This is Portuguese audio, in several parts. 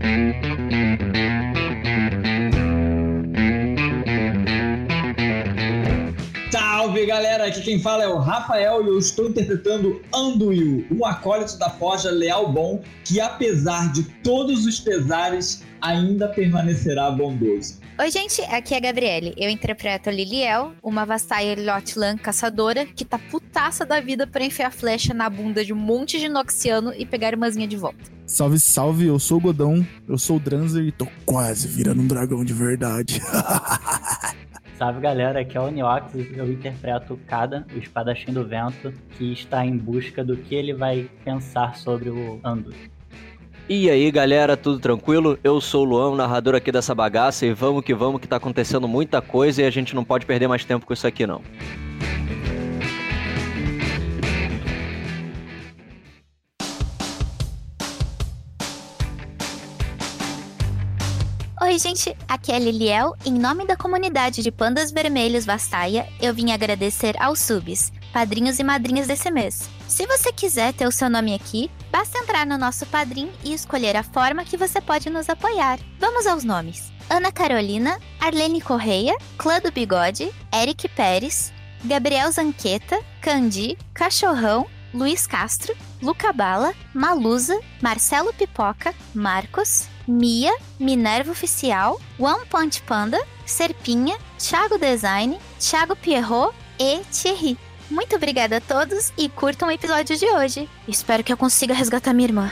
Salve galera, aqui quem fala é o Rafael e eu estou interpretando Anduil, um acólito da Forja Leal Bom que, apesar de todos os pesares, ainda permanecerá bondoso. Oi gente, aqui é a Gabriele, eu interpreto a Liliel, uma vastaia Lotlan caçadora que tá putaça da vida pra enfiar flecha na bunda de um monte de Noxiano e pegar a irmãzinha de volta. Salve, salve, eu sou o Godão, eu sou o Dranzer e tô quase virando um dragão de verdade. Salve galera, aqui é o Nioxis, eu interpreto o Kada, o espadachim do vento, que está em busca do que ele vai pensar sobre o Anduil. E aí galera, tudo tranquilo? Eu sou o Luan, o narrador aqui dessa bagaça, e vamos que tá acontecendo muita coisa e a gente não pode perder mais tempo com isso aqui não. Oi gente, aqui é a Liliel. Em nome da comunidade de Pandas Vermelhos Vastaia, eu vim agradecer aos subs, padrinhos e madrinhas desse mês. Se você quiser ter o seu nome aqui, basta entrar no nosso Padrim e escolher a forma que você pode nos apoiar. Vamos aos nomes: Ana Carolina, Arlene Correia, Clã do Bigode, Eric Pérez, Gabriel Zanqueta, Candi, Cachorrão, Luiz Castro, Luca Bala, Malusa, Marcelo Pipoca, Marcos, Mia, Minerva Oficial, One Punch Panda, Serpinha, Thiago Design, Thiago Pierrot e Thierry. Muito obrigada a todos e curtam o episódio de hoje. Espero que eu consiga resgatar minha irmã.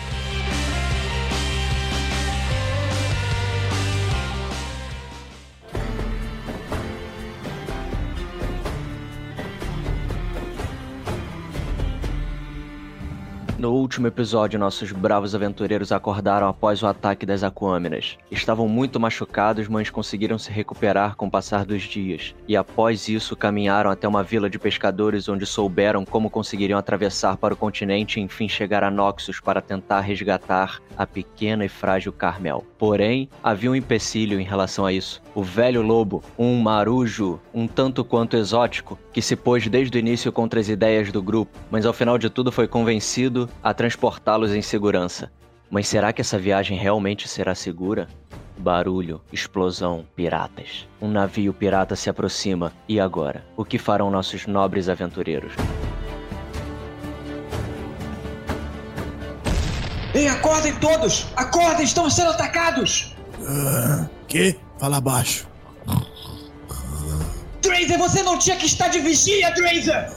No último episódio, nossos bravos aventureiros acordaram após o ataque das Aquâminas. Estavam muito machucados, mas conseguiram se recuperar com o passar dos dias. E após isso, caminharam até uma vila de pescadores onde souberam como conseguiriam atravessar para o continente e enfim chegar a Noxus para tentar resgatar a pequena e frágil Carmel. Porém, havia um empecilho em relação a isso. O velho lobo, um marujo um tanto quanto exótico, que se pôs desde o início contra as ideias do grupo, mas ao final de tudo foi convencido a transportá-los em segurança. Mas será que essa viagem realmente será segura? Barulho, explosão, piratas. Um navio pirata se aproxima. E agora? O que farão nossos nobres aventureiros? Ei, acordem todos! Acordem, estão sendo atacados! Que? Fala baixo. Dranzer, você não tinha que estar de vigia, Dranzer!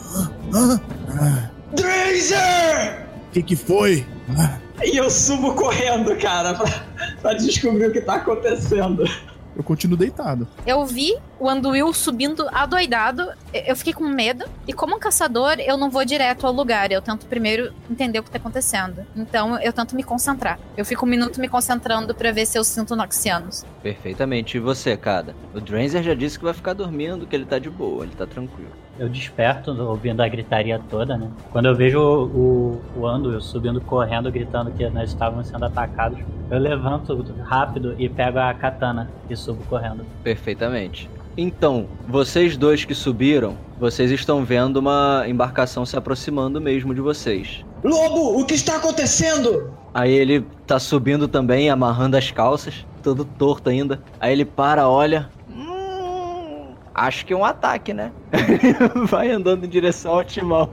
Dranzer! Que foi? E eu subo correndo, cara, pra descobrir o que tá acontecendo. Eu continuo deitado. Eu vi o Anduil subindo adoidado, eu fiquei com medo, e como um caçador, eu não vou direto ao lugar, eu tento primeiro entender o que tá acontecendo. Então, eu tento me concentrar. Eu fico um minuto me concentrando pra ver se eu sinto Noxianos. Perfeitamente. E você, Kada? O Dranzer já disse que vai ficar dormindo, que ele tá de boa, ele tá tranquilo. Eu desperto ouvindo a gritaria toda, né? Quando eu vejo o Anduil subindo, correndo, gritando que nós estávamos sendo atacados, eu levanto rápido e pego a katana e subo correndo. Perfeitamente. Então, vocês dois que subiram, vocês estão vendo uma embarcação se aproximando mesmo de vocês. Lobo, o que está acontecendo? Aí ele tá subindo também, amarrando as calças, todo torto ainda. Aí ele para, olha... acho que é um ataque, né? Vai andando em direção ao timão.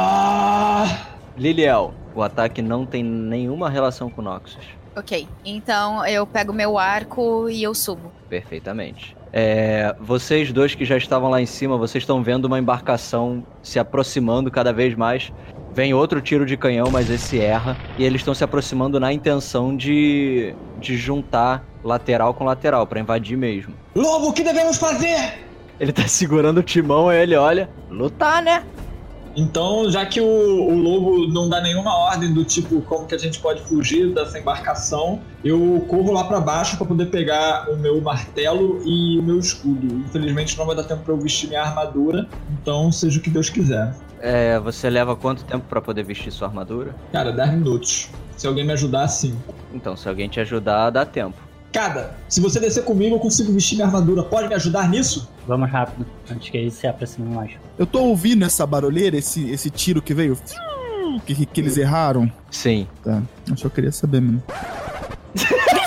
Liliel, o ataque não tem nenhuma relação com Noxus. Ok, então eu pego meu arco e eu subo. Perfeitamente. Vocês dois que já estavam lá em cima, vocês estão vendo uma embarcação se aproximando cada vez mais. Vem outro tiro de canhão, mas esse erra. E eles estão se aproximando na intenção de juntar lateral com lateral, pra invadir mesmo. Lobo, o que devemos fazer? Ele tá segurando o timão, aí ele olha... lutar, né? Então, já que o lobo não dá nenhuma ordem do tipo como que a gente pode fugir dessa embarcação, eu corro lá pra baixo pra poder pegar o meu martelo e o meu escudo. Infelizmente não vai dar tempo pra eu vestir minha armadura, então seja o que Deus quiser. Você leva quanto tempo pra poder vestir sua armadura? Cara, 10 minutos. Se alguém me ajudar, sim. Então, se alguém te ajudar, dá tempo. Kada, se você descer comigo, eu consigo vestir minha armadura. Pode me ajudar nisso? Vamos rápido, antes que eles se aproximem mais. Eu tô ouvindo essa barulheira, esse tiro que veio, que eles erraram? Sim. Tá, eu só queria saber, mano.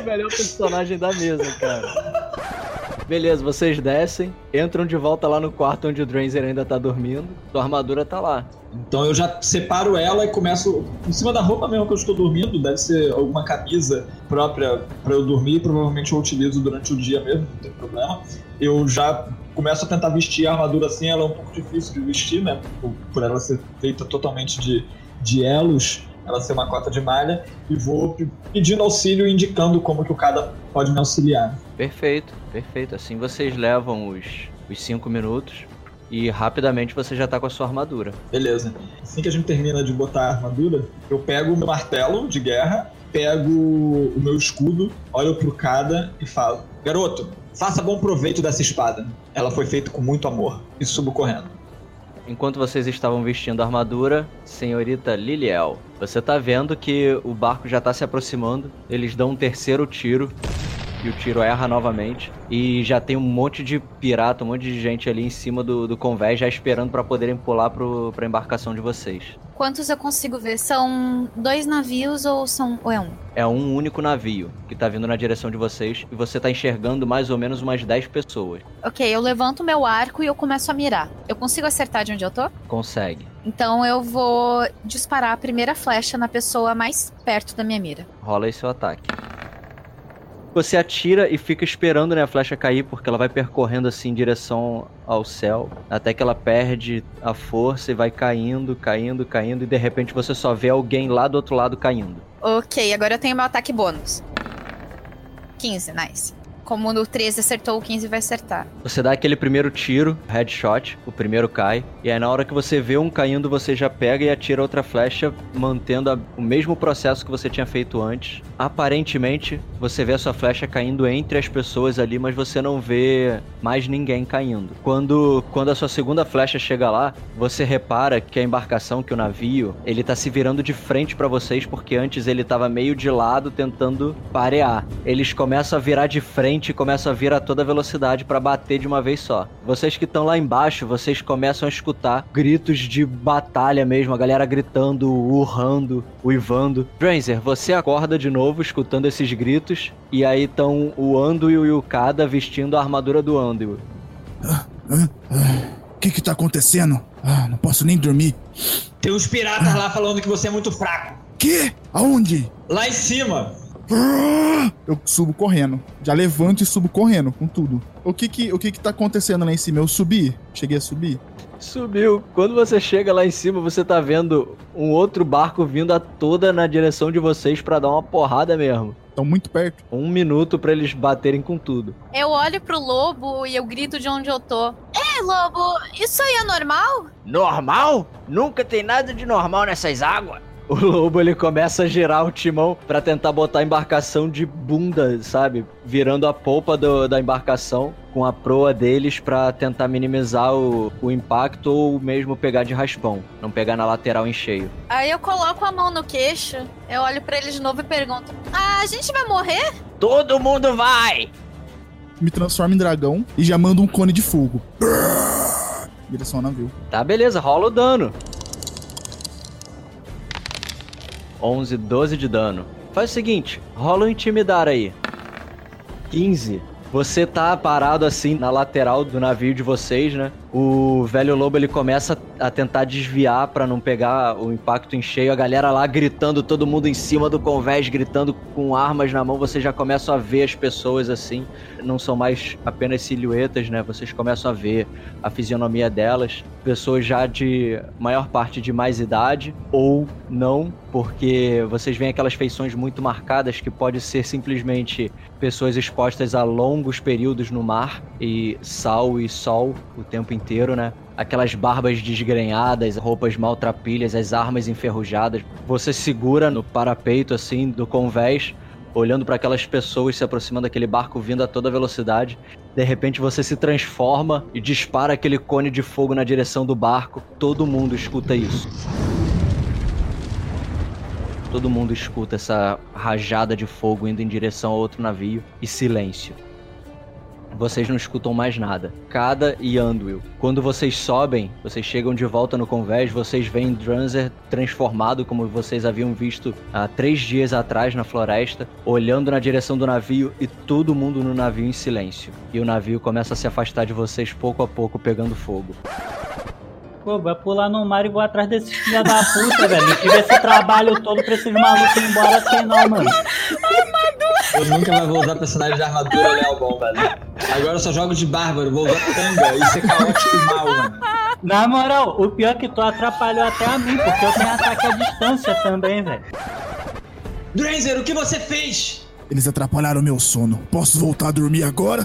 melhor personagem da mesa, cara. Beleza, vocês descem, entram de volta lá no quarto onde o Dranzer ainda tá dormindo. Sua armadura tá lá. Então eu já separo ela e começo em cima da roupa mesmo que eu estou dormindo. Deve ser alguma camisa própria para eu dormir. Provavelmente eu utilizo durante o dia mesmo, não tem problema. Eu já começo a tentar vestir a armadura assim. Ela é um pouco difícil de vestir, né? Por ela ser feita totalmente de elos, ela ser uma cota de malha. E vou pedindo auxílio e indicando como que o cada pode me auxiliar. Perfeito, perfeito. Assim vocês levam os 5 minutos. E rapidamente você já tá com a sua armadura. Beleza. Assim que a gente termina de botar a armadura, eu pego o meu martelo de guerra, pego o meu escudo, olho pro Kada e falo: garoto, faça bom proveito dessa espada. Ela foi feita com muito amor. E subo correndo. Enquanto vocês estavam vestindo a armadura, senhorita Liliel, você tá vendo que o barco já tá se aproximando. Eles dão um terceiro tiro. E o tiro erra novamente. E já tem um monte de pirata, um monte de gente ali em cima do convés, já esperando pra poderem pular pra embarcação de vocês. Quantos eu consigo ver? São 2 navios ou é um? É um único navio que tá vindo na direção de vocês. E você tá enxergando mais ou menos umas 10 pessoas. Ok, eu levanto meu arco e eu começo a mirar. Eu consigo acertar de onde eu tô? Consegue. Então eu vou disparar a primeira flecha na pessoa mais perto da minha mira. Rola aí seu ataque. Você atira e fica esperando, né, a flecha cair, porque ela vai percorrendo assim em direção ao céu, até que ela perde a força e vai caindo, e de repente você só vê alguém lá do outro lado caindo. Ok, agora eu tenho meu ataque bônus. 15, nice. Como no 13 acertou, o 15 vai acertar. Você dá aquele primeiro tiro, headshot, o primeiro cai, e aí na hora que você vê um caindo, você já pega e atira outra flecha, mantendo o mesmo processo que você tinha feito antes. Aparentemente, você vê a sua flecha caindo entre as pessoas ali, mas você não vê mais ninguém caindo. Quando a sua segunda flecha chega lá, você repara que a embarcação, que o navio, ele tá se virando de frente pra vocês, porque antes ele tava meio de lado, tentando parear. Eles começam a virar de frente e começam a vir a toda velocidade pra bater de uma vez só. Vocês que estão lá embaixo, vocês começam a escutar gritos de batalha mesmo, a galera gritando, urrando, uivando. Dranzer, você acorda de novo escutando esses gritos, e aí estão o Anduil e o Kada vestindo a armadura do Anduil. O que tá acontecendo? Não posso nem dormir. Tem uns piratas lá falando que você é muito fraco. Quê? Aonde? Lá em cima. Eu subo correndo. Já levanto e subo correndo, com tudo. O que tá acontecendo lá em cima? Eu subi? Cheguei a subir? Subiu. Quando você chega lá em cima, você tá vendo um outro barco vindo a toda na direção de vocês pra dar uma porrada mesmo. Estão muito perto. 1 minuto pra eles baterem com tudo. Eu olho pro lobo e eu grito de onde eu tô. Ei, lobo, isso aí é normal? Normal? Nunca tem nada de normal nessas águas. O lobo, ele começa a girar o timão pra tentar botar a embarcação de bunda, sabe? Virando a polpa da embarcação com a proa deles pra tentar minimizar o impacto ou mesmo pegar de raspão. Não pegar na lateral em cheio. Aí eu coloco a mão no queixo, eu olho pra ele de novo e pergunto: a gente vai morrer? Todo mundo vai! Me transformo em dragão e já mando um cone de fogo. Direção ao navio. Tá, beleza, rola o dano. 11, 12 de dano. Faz o seguinte, rola um intimidar aí. 15. Você tá parado assim na lateral do navio de vocês, né? O velho lobo, ele começa a tentar desviar pra não pegar o impacto em cheio. A galera lá gritando, todo mundo em cima do convés, gritando com armas na mão. Você já começa a ver as pessoas assim. Não são mais apenas silhuetas, né? Vocês começam a ver a fisionomia delas. Pessoas já de maior parte de mais idade ou não, porque vocês veem aquelas feições muito marcadas que pode ser simplesmente pessoas expostas a longos períodos no mar e sal e sol o tempo inteiro, né? Aquelas barbas desgrenhadas, roupas maltrapilhas, as armas enferrujadas. Você segura no parapeito, assim, do convés, olhando para aquelas pessoas se aproximando daquele barco vindo a toda velocidade. De repente você se transforma e dispara aquele cone de fogo na direção do barco. Todo mundo escuta isso. Todo mundo escuta essa rajada de fogo indo em direção a outro navio. E silêncio. vocês não escutam mais nada. Kada e Anduil. Quando vocês sobem, vocês chegam de volta no convés, vocês veem Dranzer transformado como vocês haviam visto há 3 dias atrás na floresta, olhando na direção do navio e todo mundo no navio em silêncio. E o navio começa a se afastar de vocês pouco a pouco, pegando fogo. Pô, vai pular no mar e vou atrás desses filha da puta, velho. Não tive esse trabalho todo pra esses malucos ir embora assim não, mano. Eu nunca vou usar personagem de armadura leal bom, velho. Agora eu só jogo de bárbaro, vou usar tanga e ser caótico e mal, mano. Na moral, o pior é que tu atrapalhou até a mim, porque eu tenho ataque à distância também, velho. Dranzer, o que você fez? Eles atrapalharam meu sono. Posso voltar a dormir agora?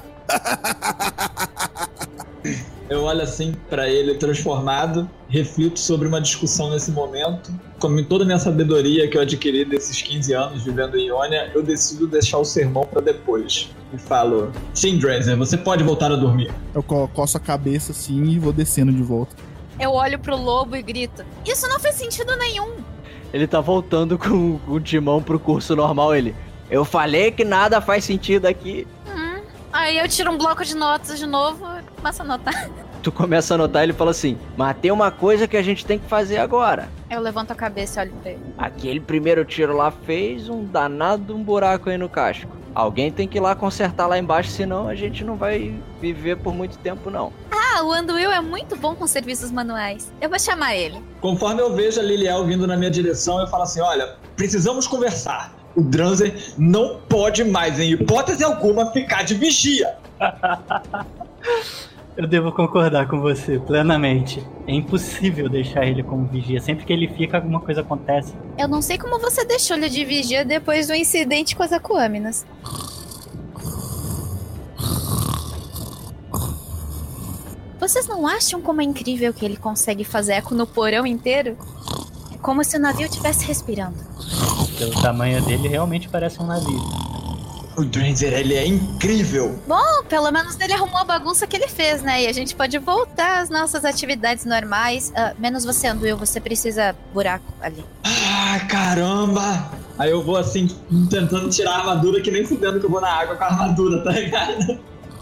Eu olho assim pra ele transformado, reflito sobre uma discussão nesse momento. Com toda a minha sabedoria que eu adquiri desses 15 anos vivendo em Ionia, eu decido deixar o sermão pra depois. E falo, sim, Dranzer, você pode voltar a dormir. Eu coço a cabeça assim e vou descendo de volta. Eu olho pro lobo e grito, isso não faz sentido nenhum. Ele tá voltando com o timão pro curso normal, ele. Eu falei que nada faz sentido aqui. Aí eu tiro um bloco de notas de novo e começo a anotar. Tu começa a anotar e ele fala assim, mas tem uma coisa que a gente tem que fazer agora. Eu levanto a cabeça e olho pra ele. Aquele primeiro tiro lá fez um danado de um buraco aí no casco. Alguém tem que ir lá consertar lá embaixo, senão a gente não vai viver por muito tempo, não. Ah, o Anduil é muito bom com serviços manuais. Eu vou chamar ele. Conforme eu vejo a Liliel vindo na minha direção, eu falo assim, olha, precisamos conversar. O Dranzer não pode mais, em hipótese alguma, ficar de vigia. Eu devo concordar com você plenamente. É impossível deixar ele como vigia. Sempre que ele fica, alguma coisa acontece. Eu não sei como você deixou ele de vigia depois do incidente com as Acuâminas. Vocês não acham como é incrível que ele consegue fazer eco no porão inteiro? É como se o navio estivesse respirando. Pelo tamanho dele, realmente parece um navio. O Dranzer, ele é incrível. Bom, pelo menos ele arrumou a bagunça que ele fez, né? E a gente pode voltar às nossas atividades normais. Menos você, Anduil, você precisa buraco ali. Ah, caramba! Aí eu vou assim, tentando tirar a armadura, que nem fudendo que eu vou na água com a armadura, tá ligado?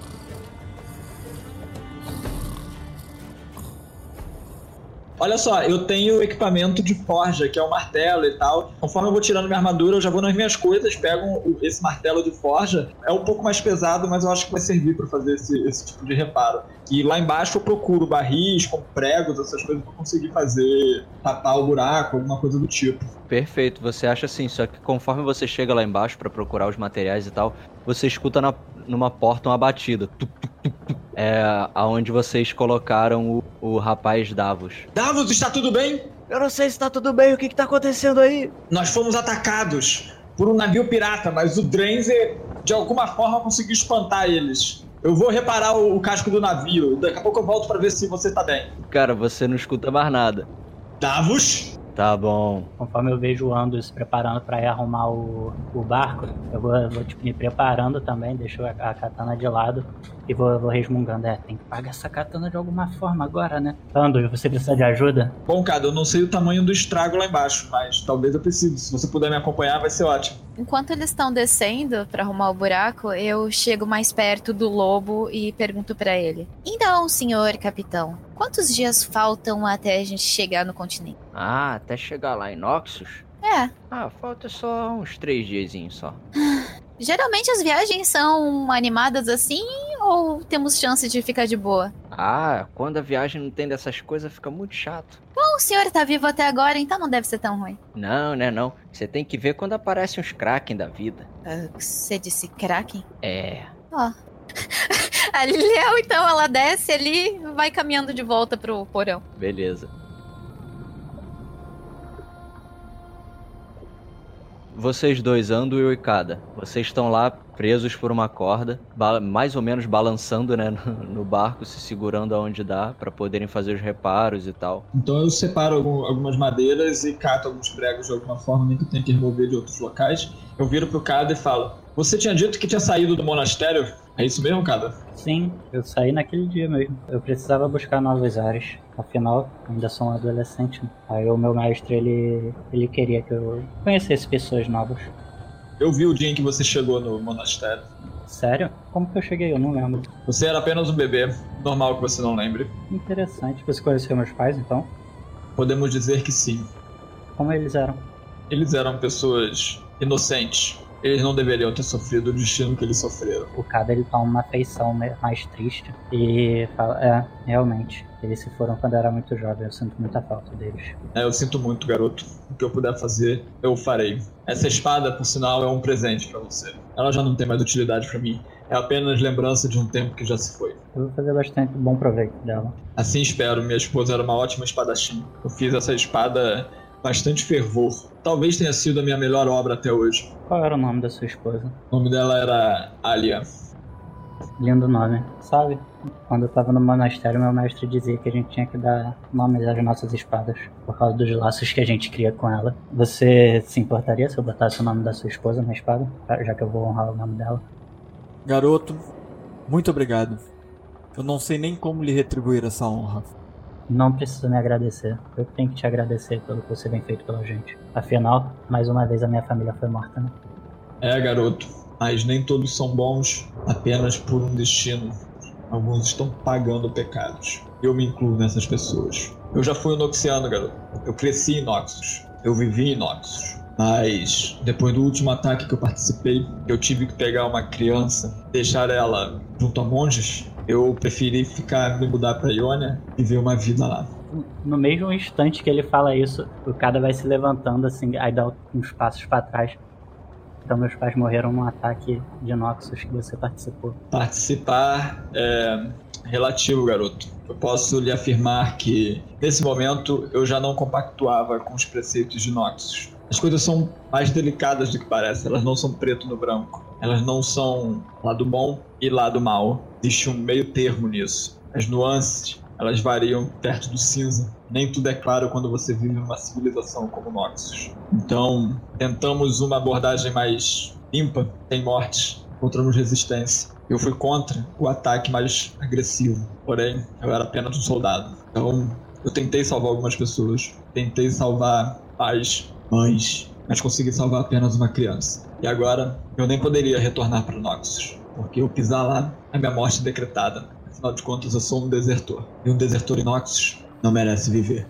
Olha só, eu tenho equipamento de forja, que é o martelo e tal. Conforme eu vou tirando minha armadura, eu já vou nas minhas coisas, pego esse martelo de forja. É um pouco mais pesado, mas eu acho que vai servir pra fazer esse tipo de reparo. E lá embaixo eu procuro barris com pregos, essas coisas pra conseguir fazer, tapar o buraco, alguma coisa do tipo. Perfeito, você acha assim, só que conforme você chega lá embaixo pra procurar os materiais e tal, você escuta numa porta uma batida. É aonde vocês colocaram o rapaz Davos. Davos, está tudo bem? Eu não sei se tá tudo bem, o que tá acontecendo aí? Nós fomos atacados por um navio pirata, mas o Dranzer, de alguma forma, conseguiu espantar eles. Eu vou reparar o casco do navio, daqui a pouco eu volto pra ver se você tá bem. Cara, você não escuta mais nada. Davos? Tá bom. Conforme eu vejo o Anduil se preparando pra ir arrumar o barco, eu vou tipo, me preparando também, deixo a katana de lado e vou resmungando. Tem que pagar essa katana de alguma forma agora, né? Anduil, você precisa de ajuda? Bom, cara, eu não sei o tamanho do estrago lá embaixo, mas talvez eu precise. Se você puder me acompanhar, vai ser ótimo. Enquanto eles estão descendo pra arrumar o buraco, eu chego mais perto do lobo e pergunto pra ele. Então, senhor capitão, quantos dias faltam até a gente chegar no continente? Ah, até chegar lá em Noxus? É. Ah, falta só uns 3 diazinhos só. Geralmente as viagens são animadas assim ou temos chance de ficar de boa? Ah, quando a viagem não tem dessas coisas fica muito chato. Bom, o senhor tá vivo até agora, então não deve ser tão ruim. Não, né não. Você tem que ver quando aparecem uns Kraken da vida. Você disse Kraken? É. Ó. A Liliel, então, ela desce ali e vai caminhando de volta pro porão. Beleza. Vocês dois, Anduil e Kada, vocês estão lá presos por uma corda, mais ou menos balançando, né, no barco, se segurando aonde dá, pra poderem fazer os reparos e tal. Então eu separo algumas madeiras e cato alguns pregos de alguma forma, nem que eu tenha que remover de outros locais. Eu viro pro Kada e falo, você tinha dito que tinha saído do monastério? É isso mesmo, Kada? Sim, eu saí naquele dia mesmo. Eu precisava buscar novas áreas. Afinal, ainda sou um adolescente, né? Aí o meu mestre, ele queria que eu conhecesse pessoas novas. Eu vi o dia em que você chegou no monastério. Sério? Como que eu cheguei? Eu não lembro. Você era apenas um bebê. Normal que você não lembre. Interessante. Você conheceu meus pais, então? Podemos dizer que sim. Como eles eram? Eles eram pessoas inocentes. Eles não deveriam ter sofrido o destino que eles sofreram. O Kada, ele toma uma feição mais triste e fala, realmente, eles se foram quando eu era muito jovem, eu sinto muita falta deles. Eu sinto muito, garoto. O que eu puder fazer, eu farei. Essa espada, por sinal, é um presente pra você. Ela já não tem mais utilidade pra mim. É apenas lembrança de um tempo que já se foi. Eu vou fazer bastante bom proveito dela. Assim espero. Minha esposa era uma ótima espadachim. Eu fiz essa espada bastante fervor. Talvez tenha sido a minha melhor obra até hoje. Qual era o nome da sua esposa? O nome dela era Alia. Lindo nome. Sabe, quando eu tava no monastério, meu mestre dizia que a gente tinha que dar nomes às nossas espadas, por causa dos laços que a gente cria com ela. Você se importaria se eu botasse o nome da sua esposa na espada? Já que eu vou honrar o nome dela. Garoto, muito obrigado. Eu não sei nem como lhe retribuir essa honra. Não precisa me agradecer. Eu tenho que te agradecer pelo que você vem feito pela gente. Afinal, mais uma vez a minha família foi morta, né? Garoto. Mas nem todos são bons apenas por um destino. Alguns estão pagando pecados. Eu me incluo nessas pessoas. Eu já fui um Noxiano, garoto. Eu cresci em Noxus. Eu vivi em Noxus. Mas depois do último ataque que eu participei, eu tive que pegar uma criança, deixar ela junto a monges. Eu preferi me mudar pra Ionia e ver uma vida lá. No mesmo instante que ele fala isso, o Kada vai se levantando assim, aí dá uns passos pra trás. Então meus pais morreram num ataque de Noxus que você participou. Participar é relativo, garoto. Eu posso lhe afirmar que, nesse momento, eu já não compactuava com os preceitos de Noxus. As coisas são mais delicadas do que parece. Elas não são preto no branco. Elas não são lado bom e lado mal. Existe um meio termo nisso. As nuances, elas variam perto do cinza. Nem tudo é claro quando você vive numa civilização como Noxus. Então, tentamos uma abordagem mais limpa, sem mortes, encontramos resistência. Eu fui contra o ataque mais agressivo, porém, eu era apenas um soldado. Então, eu tentei salvar algumas pessoas, tentei salvar pais, mães, mas consegui salvar apenas uma criança. E agora, eu nem poderia retornar para Noxus, porque eu pisar lá é minha morte decretada. Afinal de contas, eu sou um desertor. E um desertor em Noxus não merece viver.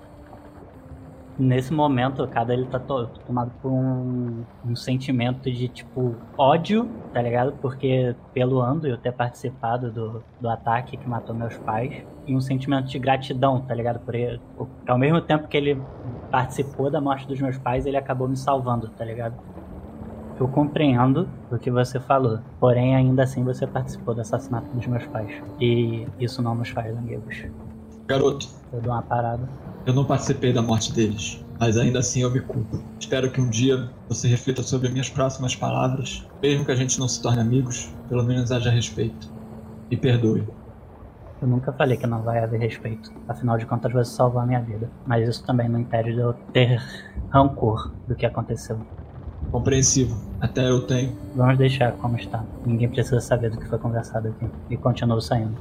Nesse momento, o Kada, ele tá tomado por um sentimento de, tipo, ódio, tá ligado? Porque pelo Ando eu ter participado do ataque que matou meus pais. E um sentimento de gratidão, tá ligado? Por ele. Ao mesmo tempo que ele participou da morte dos meus pais, ele acabou me salvando, tá ligado? Eu compreendo o que você falou, porém ainda assim você participou do assassinato dos meus pais. E isso não nos faz amigos. Garoto, eu dou uma parada. Eu não participei da morte deles, mas ainda assim eu me culpo. Espero que um dia você reflita sobre minhas próximas palavras. Mesmo que a gente não se torne amigos, pelo menos haja respeito. Me perdoe. Eu nunca falei que não vai haver respeito. Afinal de contas, você salvou a minha vida. Mas isso também não impede de eu ter rancor do que aconteceu. Compreensivo. Até eu tenho. Vamos deixar como está. Ninguém precisa saber do que foi conversado aqui. E continuo saindo.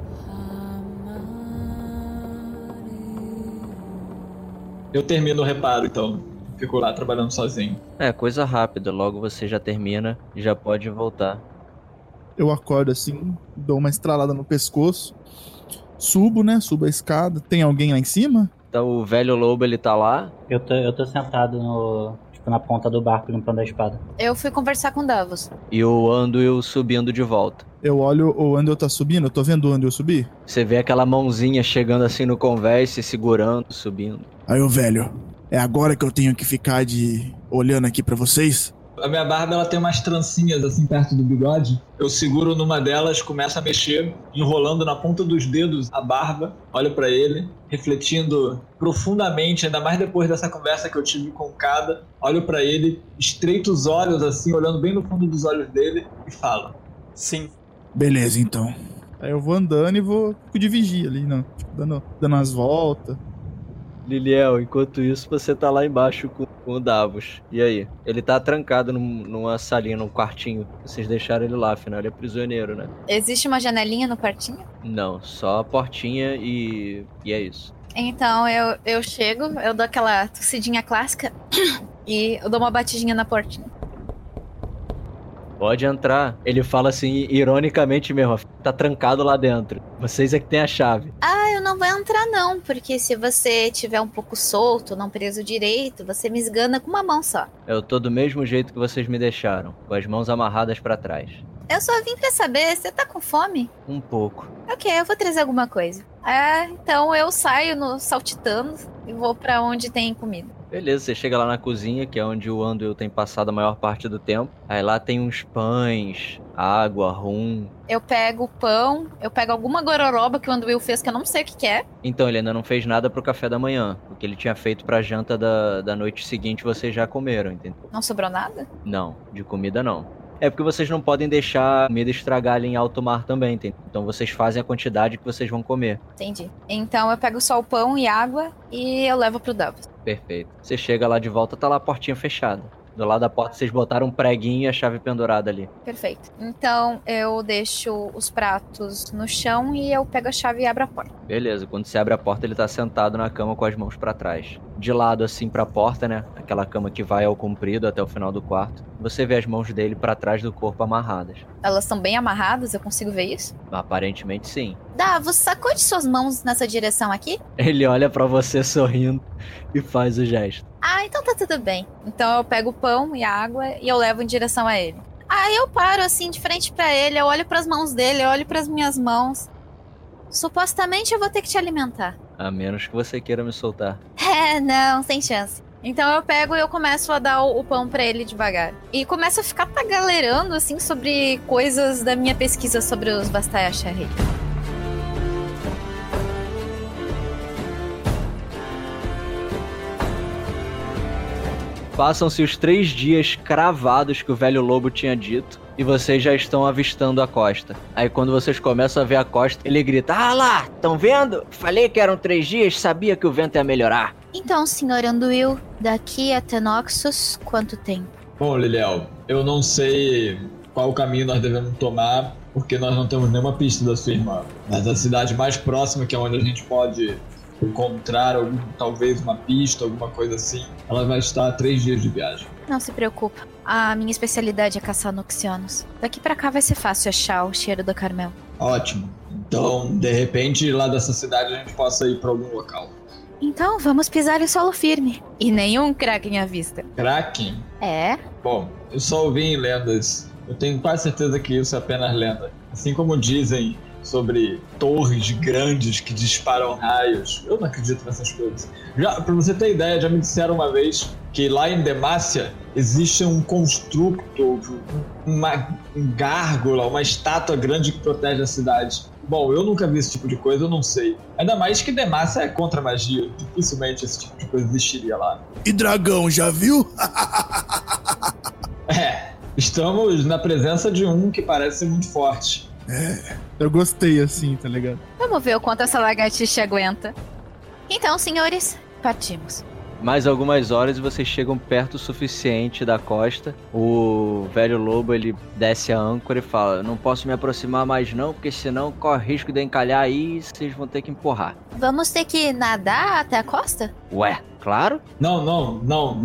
Eu termino o reparo, então. Fico lá trabalhando sozinho. Coisa rápida. Logo você já termina e já pode voltar. Eu acordo assim, dou uma estralada no pescoço. Subo, né? Subo a escada. Tem alguém lá em cima? Então o velho lobo, ele tá lá? Eu tô sentado na ponta do barco, limpando a espada. Eu fui conversar com o Davos. E o Anduil subindo de volta. Eu olho, o Anduil tá subindo? Eu tô vendo o Anduil subir? Você vê aquela mãozinha chegando assim no convés, se segurando, subindo. Aí, ô velho, é agora que eu tenho que ficar olhando aqui pra vocês? A minha barba, ela tem umas trancinhas assim perto do bigode. Eu seguro numa delas, começo a mexer, enrolando na ponta dos dedos a barba. Olho pra ele, refletindo profundamente, ainda mais depois dessa conversa que eu tive com o Kada. Olho pra ele, estreito os olhos assim, olhando bem no fundo dos olhos dele e falo: sim. Beleza, então. Aí eu vou andando e fico de vigia ali, não? Tipo, dando umas voltas. Liliel, enquanto isso, você tá lá embaixo com o Davos. E aí? Ele tá trancado numa salinha, num quartinho. Vocês deixaram ele lá, afinal ele é prisioneiro, né? Existe uma janelinha no quartinho? Não, só a portinha e é isso. Então eu chego, eu dou aquela tossidinha clássica e eu dou uma batidinha na portinha. Pode entrar. Ele fala assim, ironicamente mesmo, tá trancado lá dentro. Vocês é que tem a chave. Ah, eu não vou entrar não, porque se você tiver um pouco solto, não preso direito, você me esgana com uma mão só. Eu tô do mesmo jeito que vocês me deixaram, com as mãos amarradas pra trás. Eu só vim pra saber, você tá com fome? Um pouco. Ok, eu vou trazer alguma coisa. Então eu saio saltitando e vou pra onde tem comida. Beleza, você chega lá na cozinha, que é onde o Anduil tem passado a maior parte do tempo. Aí lá tem uns pães, água, rum. Eu pego o pão, eu pego alguma gororoba que o Anduil fez que eu não sei o que é. Então, ele ainda não fez nada pro café da manhã. O que ele tinha feito pra janta da noite seguinte, vocês já comeram, entendeu? Não sobrou nada? Não, de comida não. É porque vocês não podem deixar a comida estragar ali em alto mar também, entendeu? Então vocês fazem a quantidade que vocês vão comer. Entendi. Então eu pego só o pão e água e eu levo pro Davos. Perfeito. Você chega lá de volta, tá lá a portinha fechada. Do lado da porta vocês botaram um preguinho e a chave pendurada ali. Perfeito. Então eu deixo os pratos no chão e eu pego a chave e abro a porta. Beleza, quando você abre a porta ele tá sentado na cama com as mãos pra trás. De lado assim pra porta, né? Aquela cama que vai ao comprido até o final do quarto. Você vê as mãos dele pra trás do corpo amarradas. Elas estão bem amarradas, eu consigo ver isso? Aparentemente sim. Davos, sacode suas mãos nessa direção aqui? Ele olha pra você sorrindo e faz o gesto. Ah, então tá tudo bem. Então eu pego o pão e a água e eu levo em direção a ele. Aí eu paro assim de frente pra ele, eu olho pras mãos dele, eu olho pras minhas mãos. Supostamente eu vou ter que te alimentar. A menos que você queira me soltar. Não, sem chance. Então eu pego e eu começo a dar o pão pra ele devagar. E começo a ficar tagalerando assim sobre coisas da minha pesquisa sobre os Vastaya Shari. Passam-se os 3 dias cravados que o velho lobo tinha dito e vocês já estão avistando a costa. Aí quando vocês começam a ver a costa, ele grita: "Ah lá, estão vendo? Falei que eram 3 dias, sabia que o vento ia melhorar." Então, senhor Anduil, daqui até Noxus, quanto tempo? Bom, Liliel, eu não sei qual caminho nós devemos tomar, porque nós não temos nenhuma pista da sua irmã. Mas a cidade mais próxima, que é onde a gente pode encontrar talvez uma pista, alguma coisa assim, ela vai estar a 3 dias de viagem. Não se preocupa. A minha especialidade é caçar noxianos. Daqui pra cá vai ser fácil achar o cheiro do Carmel. Ótimo. Então, de repente, lá dessa cidade a gente possa ir pra algum local. Então, vamos pisar em solo firme. E nenhum Kraken à vista. Kraken? É? Bom, eu só ouvi em lendas. Eu tenho quase certeza que isso é apenas lenda. Assim como dizem sobre torres grandes que disparam raios. Eu não acredito nessas coisas. Já, pra você ter ideia, já me disseram uma vez que lá em Demacia existe um construto, uma gárgula, uma estátua grande que protege a cidade. Bom, eu nunca vi esse tipo de coisa, eu não sei. Ainda mais que Demacia é contra a magia. Dificilmente esse tipo de coisa existiria lá. E dragão, já viu? Estamos na presença de um que parece muito forte. Eu gostei assim, tá ligado? Vamos ver o quanto essa lagartixa aguenta. Então, senhores, partimos. Mais algumas horas e vocês chegam perto o suficiente da costa. O velho lobo, ele desce a âncora e fala: "Não posso me aproximar mais não, porque senão corre risco de encalhar aí e vocês vão ter que empurrar." Vamos ter que nadar até a costa? Ué, claro? Não.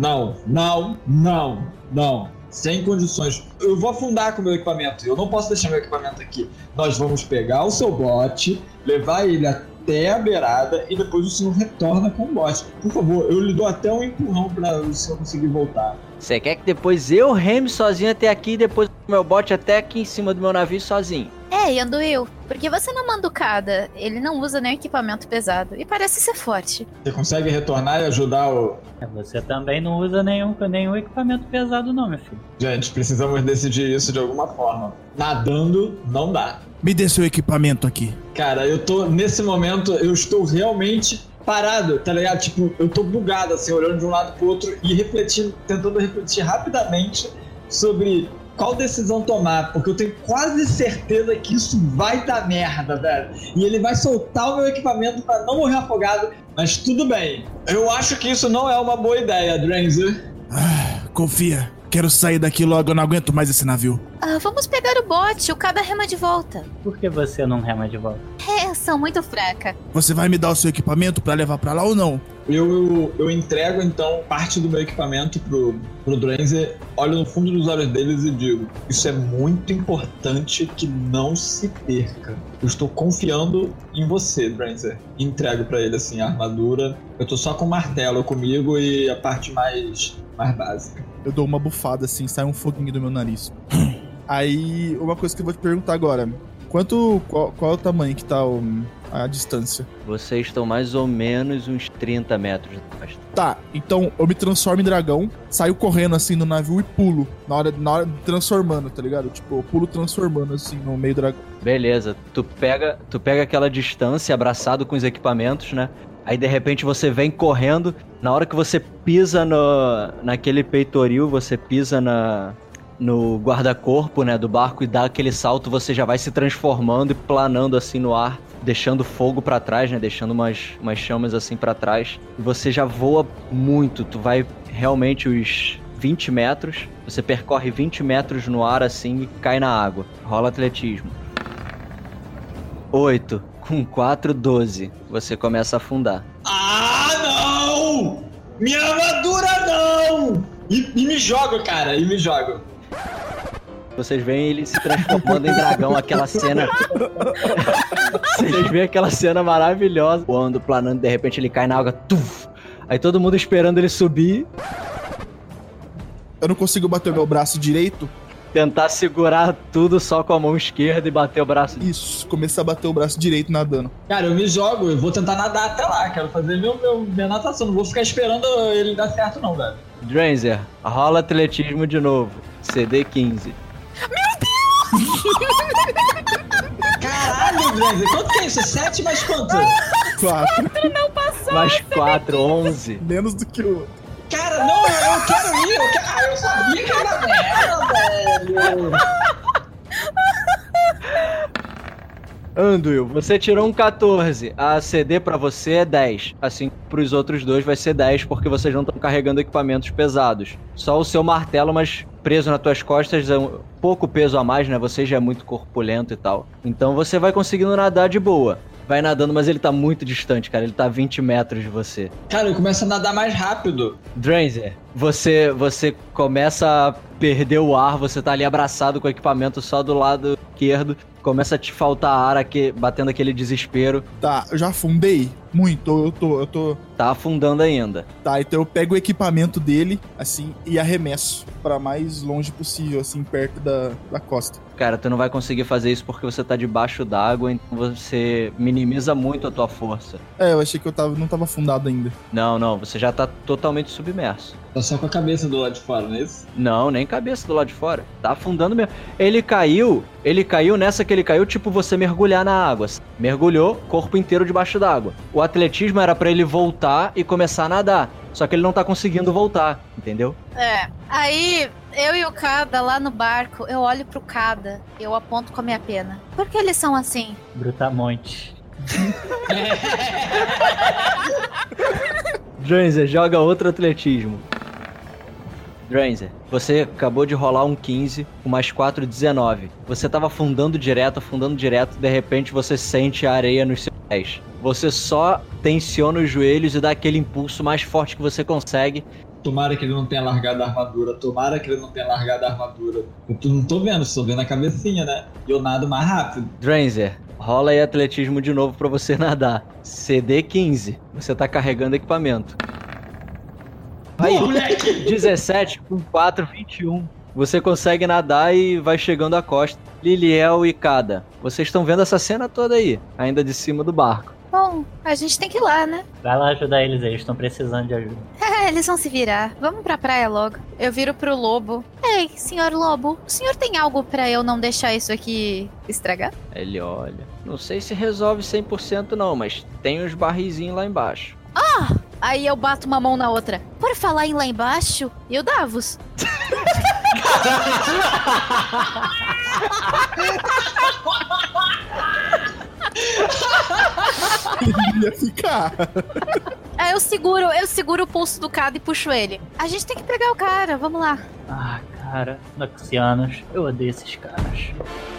Sem condições. Eu vou afundar com o meu equipamento. Eu não posso deixar meu equipamento aqui. Nós vamos pegar o seu bote, levar ele até a beirada e depois o senhor retorna com o bote. Por favor, eu lhe dou até um empurrão para o senhor conseguir voltar. Você quer que depois eu reme sozinho até aqui e depois o meu bote até aqui em cima do meu navio sozinho? Anduil, por que você não manda o Kada? Ele não usa nenhum equipamento pesado e parece ser forte. Você consegue retornar e ajudar o... Você também não usa nenhum equipamento pesado não, meu filho. Gente, precisamos decidir isso de alguma forma. Nadando não dá. Me dê seu equipamento aqui. Cara, nesse momento, eu estou realmente parado, tá ligado? Tipo, eu tô bugado, assim, olhando de um lado pro outro e tentando refletir rapidamente sobre qual decisão tomar, porque eu tenho quase certeza que isso vai dar merda, velho. E ele vai soltar o meu equipamento pra não morrer afogado, mas tudo bem. Eu acho que isso não é uma boa ideia, Dranzer. Confia. Quero sair daqui logo, eu não aguento mais esse navio. Vamos pegar o bote, o Cada rema de volta. Por que você não rema de volta? São muito fraca. Você vai me dar o seu equipamento pra levar pra lá ou não? Eu entrego, então, parte do meu equipamento pro Dranzer, olho no fundo dos olhos deles e digo: isso é muito importante que não se perca. Eu estou confiando em você, Dranzer. Entrego pra ele, assim, a armadura. Eu tô só com o martelo comigo e a parte mais básica. Eu dou uma bufada, assim, sai um foguinho do meu nariz. Aí, uma coisa que eu vou te perguntar agora. Qual é o tamanho que tá a distância? Vocês estão mais ou menos uns 30 metros de costa. Tá, então eu me transformo em dragão, saio correndo assim no navio e pulo. Na hora transformando, tá ligado? Tipo, eu pulo transformando assim no meio do dragão. Beleza, tu pega aquela distância abraçado com os equipamentos, né? Aí de repente você vem correndo. Na hora que você pisa naquele peitoril, você pisa no guarda-corpo, né, do barco e dá aquele salto, você já vai se transformando e planando assim no ar, deixando fogo pra trás, né, deixando umas chamas assim pra trás. E você já voa muito, tu vai realmente os 20 metros, você percorre 20 metros no ar assim e cai na água. Rola atletismo. 8, com 4, 12. Você começa a afundar. Ah, não! Minha armadura não! E me joga, cara, e me joga. Vocês veem ele se transformando em dragão, aquela cena... Vocês veem aquela cena maravilhosa. Voando, planando, de repente ele cai na água. Tuf! Aí todo mundo esperando ele subir. Eu não consigo bater o meu braço direito. Tentar segurar tudo só com a mão esquerda e bater o braço. Isso, começar a bater o braço direito nadando. Cara, eu me jogo, eu vou tentar nadar até lá. Quero fazer minha natação. Não vou ficar esperando ele dar certo não, velho. Dranzer, rola atletismo de novo. CD 15. Caralho, Dranzer, quanto que é isso? 7 mais quanto? 4. Não passou. Mais 4, 11. Menos do que o... Cara, não, eu quero ir. Eu sabia que era merda, velho. Anduil, você tirou um 14. A CD pra você é 10. Assim, pros outros dois vai ser 10, porque vocês não estão carregando equipamentos pesados. Só o seu martelo, mas preso nas tuas costas, é um pouco peso a mais, né? Você já é muito corpulento e tal. Então você vai conseguindo nadar de boa. Vai nadando, mas ele tá muito distante, cara. Ele tá a 20 metros de você. Cara, eu começo a nadar mais rápido. Dranzer, você começa a perder o ar, você tá ali abraçado com o equipamento só do lado esquerdo. Começa a te faltar ar aqui, batendo aquele desespero. Tá, eu já afundei muito, eu tô... Tá afundando ainda. Tá, então eu pego o equipamento dele, assim, e arremesso pra mais longe possível, assim, perto da costa. Cara, tu não vai conseguir fazer isso porque você tá debaixo d'água, então você minimiza muito a tua força. Eu achei que não tava afundado ainda. Não, você já tá totalmente submerso. Tá só com a cabeça do lado de fora, não é isso? Não, nem cabeça do lado de fora. Tá afundando mesmo. Ele caiu nessa que ele caiu, tipo você mergulhar na água. Mergulhou, corpo inteiro debaixo d'água. O atletismo era pra ele voltar e começar a nadar. Só que ele não tá conseguindo voltar, entendeu? Aí eu e o Cada lá no barco, eu olho pro Cada, eu aponto com a minha pena. Por que eles são assim? Brutamonte. Dranzer, joga outro atletismo. Dranzer, você acabou de rolar um 15, com mais 4, 19. Você tava afundando direto, de repente você sente a areia nos seus pés. Você só tensiona os joelhos e dá aquele impulso mais forte que você consegue. Tomara que ele não tenha largado a armadura. Eu não tô vendo, só vendo a cabecinha, né? E eu nado mais rápido. Dranzer, rola aí atletismo de novo pra você nadar. CD 15, você tá carregando equipamento. Aí, 17 com 4, 21. Você consegue nadar e vai chegando à costa. Liliel e Cada, vocês estão vendo essa cena toda aí, ainda de cima do barco. Bom, a gente tem que ir lá, né? Vai lá ajudar eles, eles estão precisando de ajuda. Eles vão se virar. Vamos pra praia logo. Eu viro pro lobo. Ei, senhor lobo, o senhor tem algo pra eu não deixar isso aqui estragar? Ele olha. Não sei se resolve 100% não, mas tem uns barrizinhos lá embaixo. Aí eu bato uma mão na outra. Por falar em lá embaixo, e o Davos? Ele ia ficar. Aí eu seguro o pulso do Cada e puxo ele. A gente tem que pegar o cara, vamos lá. Ah, cara. Cara, Noxianos, eu odeio esses caras.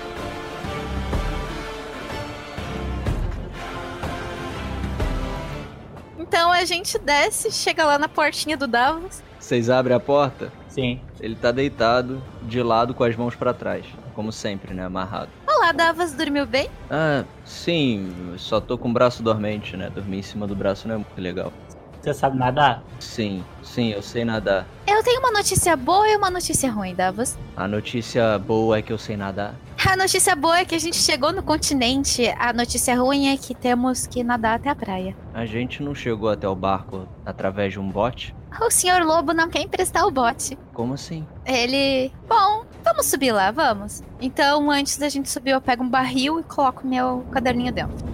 Então a gente desce, chega lá na portinha do Davos. Vocês abrem a porta? Sim. Ele tá deitado, de lado, com as mãos pra trás. Como sempre, né? Amarrado. Olá, Davos, dormiu bem? Ah, sim. Só tô com o braço dormente, né? Dormir em cima do braço não é muito legal. Você sabe nadar? Sim, eu sei nadar. Eu tenho uma notícia boa e uma notícia ruim, Davos. A notícia boa é que eu sei nadar. A notícia boa é que a gente chegou no continente. A notícia ruim é que temos que nadar até a praia. A gente não chegou até o barco através de um bote? O Sr. Lobo não quer emprestar o bote. Como assim? Ele... Bom, vamos subir lá, vamos. Então, antes da gente subir, eu pego um barril e coloco meu caderninho dentro.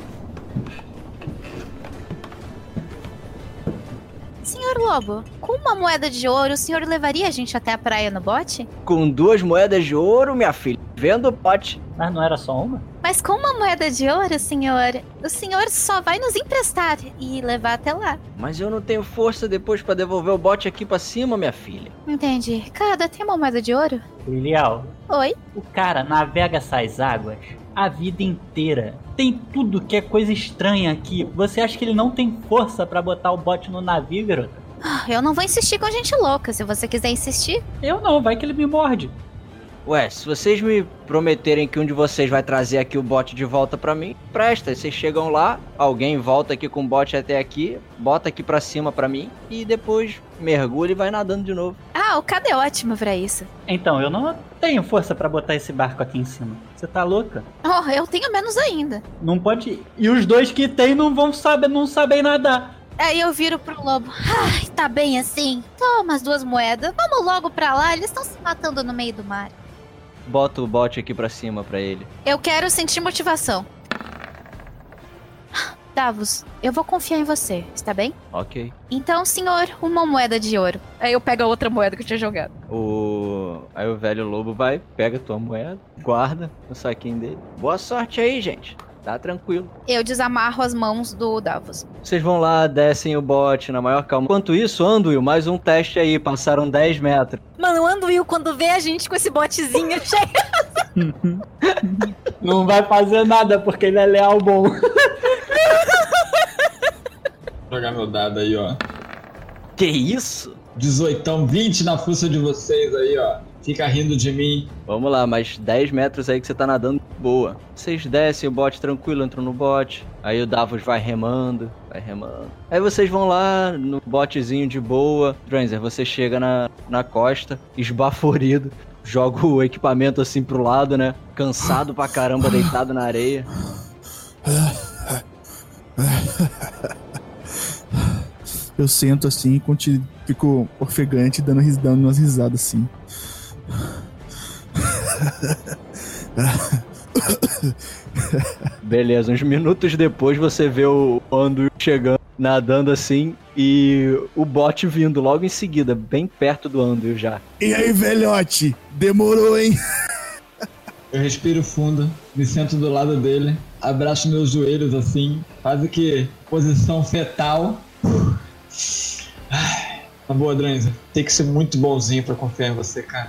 Senhor Lobo, com uma moeda de ouro, o senhor levaria a gente até a praia no bote? Com 2 moedas de ouro, minha filha. Vendo o bote. Mas não era só uma? Mas com uma moeda de ouro, senhor, o senhor só vai nos emprestar e levar até lá. Mas eu não tenho força depois pra devolver o bote aqui pra cima, minha filha. Entendi. Cada tem uma moeda de ouro? Lilial, Oi? o cara navega essas águas a vida inteira. Tem tudo que é coisa estranha aqui. Você acha que ele não tem força pra botar o bote no navio, garota? Eu não vou insistir com gente louca. Se você quiser insistir... Eu não, vai que ele me morde. Ué, se vocês me prometerem que um de vocês vai trazer aqui o bote de volta pra mim, presta. Vocês chegam lá, alguém volta aqui com o bote até aqui, bota aqui pra cima pra mim e depois mergulha e vai nadando de novo. Ah, o Cado é ótimo pra isso. Então, eu não tenho força pra botar esse barco aqui em cima. Você tá louca? Oh, eu tenho menos ainda. Não pode... E os dois que tem não sabem nadar. Aí eu viro pro Lobo. Ai, tá bem assim. Toma as 2 moedas. Vamos logo pra lá. Eles estão se matando no meio do mar. Bota o bote aqui pra cima pra ele. Eu quero sentir motivação. Davos, eu vou confiar em você, está bem? Ok. Então, senhor, uma moeda de ouro. Aí eu pego a outra moeda que eu tinha jogado. Aí o velho lobo vai, pega a tua moeda, guarda no saquinho dele. Boa sorte aí, gente. Tá tranquilo. Eu desamarro as mãos do Davos. Vocês vão lá, descem o bote na maior calma. Enquanto isso, Anduil, mais um teste aí. Passaram 10 metros. Mano, o Anduil, quando vê a gente com esse botezinho cheio... Não vai fazer nada porque ele é leal bom. Vou jogar meu dado aí, ó. Que isso? 18, 20 na fuça de vocês aí, ó. Fica rindo de mim. Vamos lá, mais 10 metros aí que você tá nadando boa. Vocês descem o bote tranquilo, entram no bote. Aí o Davos vai remando. Aí vocês vão lá no botezinho de boa. Dranzer, você chega na costa, esbaforido. Joga o equipamento assim pro lado, né? Cansado pra caramba, deitado na areia. Eu sento assim e fico ofegante, dando umas risadas assim. Beleza, uns minutos depois você vê o Anduil chegando, nadando assim, e o bote vindo logo em seguida, bem perto do Anduil já. E aí, velhote? Demorou, hein? Eu respiro fundo, me sento do lado dele, abraço meus joelhos assim, quase que posição fetal. Tá boa, Dranzer. Tem que ser muito bonzinho pra confiar em você, cara.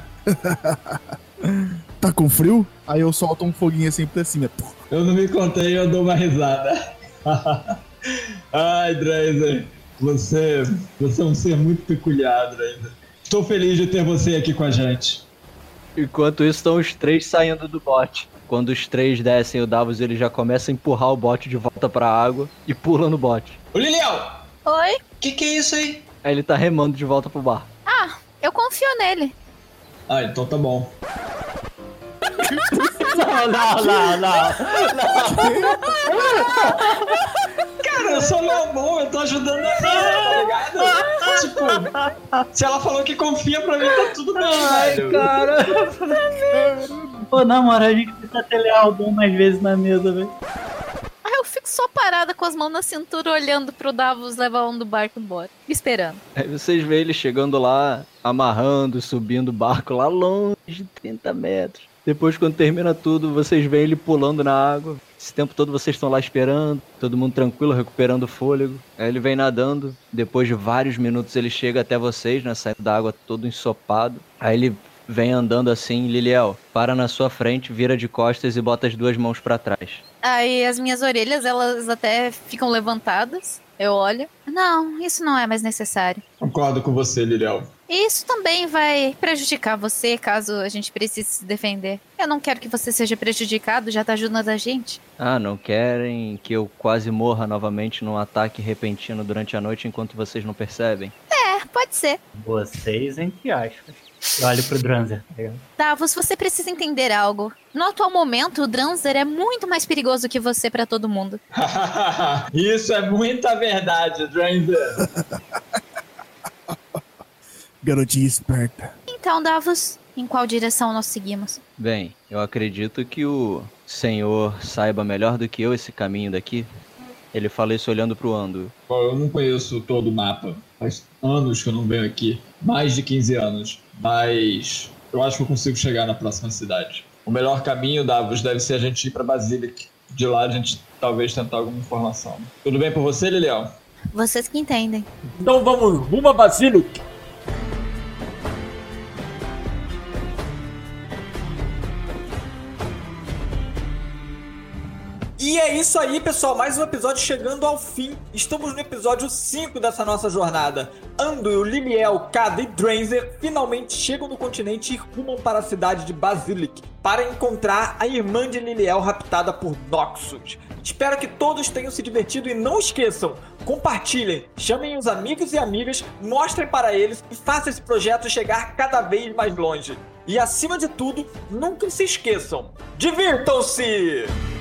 Tá com frio? Aí eu solto um foguinho assim pra cima. Eu não me contei, eu dou uma risada. Ai, Dranzer, você é um ser muito peculiar, Dranzer. Estou feliz de ter você aqui com a gente. Enquanto isso, estão os 3 saindo do bote. Quando os 3 descem, o Davos ele já começa a empurrar o bote de volta pra água e pula no bote. Ô, Lilial! Oi? Que é isso aí? Aí ele tá remando de volta pro bar. Ah, eu confio nele. Ah, então tá bom. Não. Cara, eu sou meu bom, eu tô ajudando a minha, tá ligado? Tipo, se ela falou que confia pra mim, tá tudo bem, velho. Cara. Pô, na moral, a gente precisa ter leal bom mais vezes na mesa, velho. Eu fico só parada com as mãos na cintura, olhando pro Davos levar um do barco embora. Esperando. Aí vocês veem ele chegando lá, amarrando, subindo o barco lá longe, 30 metros. Depois, quando termina tudo, vocês veem ele pulando na água. Esse tempo todo vocês estão lá esperando, todo mundo tranquilo, recuperando o fôlego. Aí ele vem nadando. Depois de vários minutos ele chega até vocês, né, saindo da água todo ensopado. Aí ele Vem andando assim, Liliel. Para na sua frente, vira de costas e bota as 2 mãos pra trás. Aí as minhas orelhas, elas até ficam levantadas. Eu olho. Não, isso não é mais necessário. Concordo com você, Liliel. Isso também vai prejudicar você caso a gente precise se defender. Eu não quero que você seja prejudicado, já tá ajudando a gente. Ah, não querem que eu quase morra novamente num ataque repentino durante a noite enquanto vocês não percebem? É, pode ser. Vocês, entre aspas. Eu olho pro Dranzer, tá ligado? Davos, você precisa entender algo. No atual momento, o Dranzer é muito mais perigoso que você pra todo mundo. Isso é muita verdade, Dranzer. Garotinha esperta. Então, Davos, em qual direção nós seguimos? Bem, eu acredito que o senhor saiba melhor do que eu esse caminho daqui. Ele fala isso olhando pro Ando. Bom, eu não conheço todo o mapa. Faz anos que eu não venho aqui. Mais de 15 anos. Mas eu acho que eu consigo chegar na próxima cidade. O melhor caminho, Davos, deve ser a gente ir pra Basilic. De lá a gente talvez tentar alguma informação. Tudo bem por você, Liliel? Vocês que entendem. Então vamos rumo a Basilic. E é isso aí, pessoal, mais um episódio chegando ao fim. Estamos no episódio 5 dessa nossa jornada. Anduil, Liliel, Kada e Dranzer finalmente chegam no continente e rumam para a cidade de Basilic para encontrar a irmã de Liliel raptada por Noxus. Espero que todos tenham se divertido e não esqueçam, compartilhem, chamem os amigos e amigas, mostrem para eles e façam esse projeto chegar cada vez mais longe. E acima de tudo, nunca se esqueçam, divirtam-se!